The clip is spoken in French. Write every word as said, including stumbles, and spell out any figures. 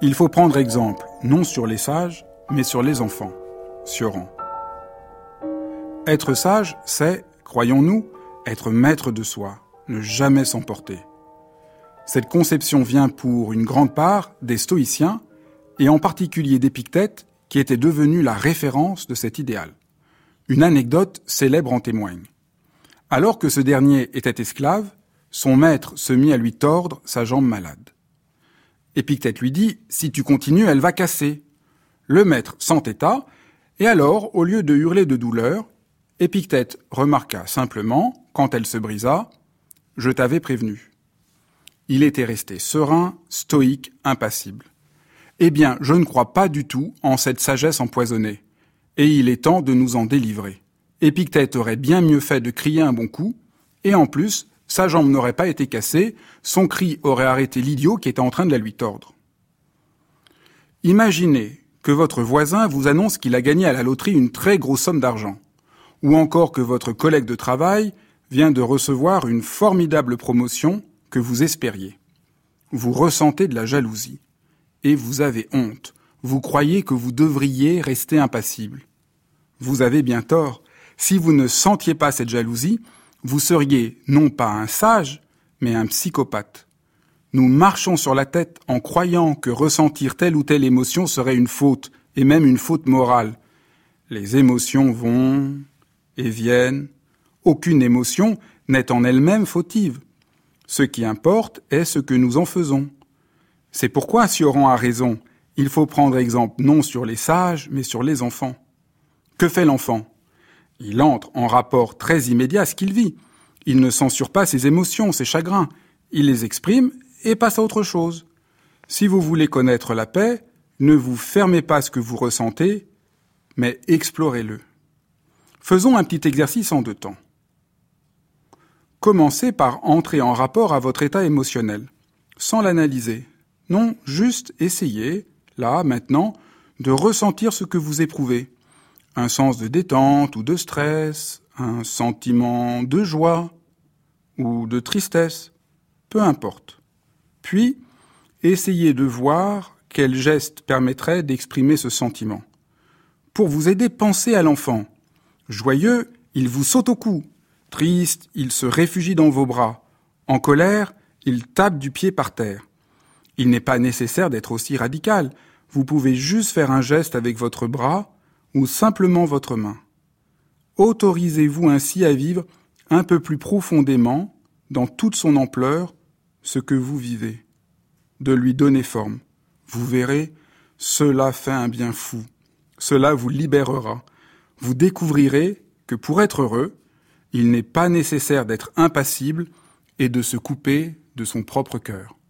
Il faut prendre exemple, non sur les sages, mais sur les enfants. Sioran. Être sage, c'est, croyons-nous, être maître de soi, ne jamais s'emporter. Cette conception vient pour une grande part des stoïciens, et en particulier d'Épictète, qui était devenu la référence de cet idéal. Une anecdote célèbre en témoigne. Alors que ce dernier était esclave, son maître se mit à lui tordre sa jambe malade. Épictète lui dit « Si tu continues, elle va casser ». Le maître s'entêta, et alors, au lieu de hurler de douleur, Épictète remarqua simplement, quand elle se brisa, « Je t'avais prévenu ». Il était resté serein, stoïque, impassible. Eh bien, je ne crois pas du tout en cette sagesse empoisonnée, et il est temps de nous en délivrer. Épictète aurait bien mieux fait de crier un bon coup, et en plus, sa jambe n'aurait pas été cassée, son cri aurait arrêté l'idiot qui était en train de la lui tordre. Imaginez que votre voisin vous annonce qu'il a gagné à la loterie une très grosse somme d'argent, ou encore que votre collègue de travail vient de recevoir une formidable promotion que vous espériez. Vous ressentez de la jalousie, et vous avez honte, vous croyez que vous devriez rester impassible. Vous avez bien tort, si vous ne sentiez pas cette jalousie, vous seriez non pas un sage, mais un psychopathe. Nous marchons sur la tête en croyant que ressentir telle ou telle émotion serait une faute, et même une faute morale. Les émotions vont et viennent. Aucune émotion n'est en elle-même fautive. Ce qui importe est ce que nous en faisons. C'est pourquoi Sioran a raison. Il faut prendre exemple non sur les sages, mais sur les enfants. Que fait l'enfant ? Il entre en rapport très immédiat à ce qu'il vit. Il ne censure pas ses émotions, ses chagrins. Il les exprime et passe à autre chose. Si vous voulez connaître la paix, ne vous fermez pas à ce que vous ressentez, mais explorez-le. Faisons un petit exercice en deux temps. Commencez par entrer en rapport à votre état émotionnel, sans l'analyser. Non, juste essayez, là, maintenant, de ressentir ce que vous éprouvez. Un sens de détente ou de stress, un sentiment de joie ou de tristesse, peu importe. Puis, essayez de voir quel geste permettrait d'exprimer ce sentiment. Pour vous aider, pensez à l'enfant. Joyeux, il vous saute au cou. Triste, il se réfugie dans vos bras. En colère, il tape du pied par terre. Il n'est pas nécessaire d'être aussi radical. Vous pouvez juste faire un geste avec votre bras ou simplement votre main. Autorisez-vous ainsi à vivre un peu plus profondément, dans toute son ampleur, ce que vous vivez. De lui donner forme. Vous verrez, cela fait un bien fou. Cela vous libérera. Vous découvrirez que pour être heureux, il n'est pas nécessaire d'être impassible et de se couper de son propre cœur.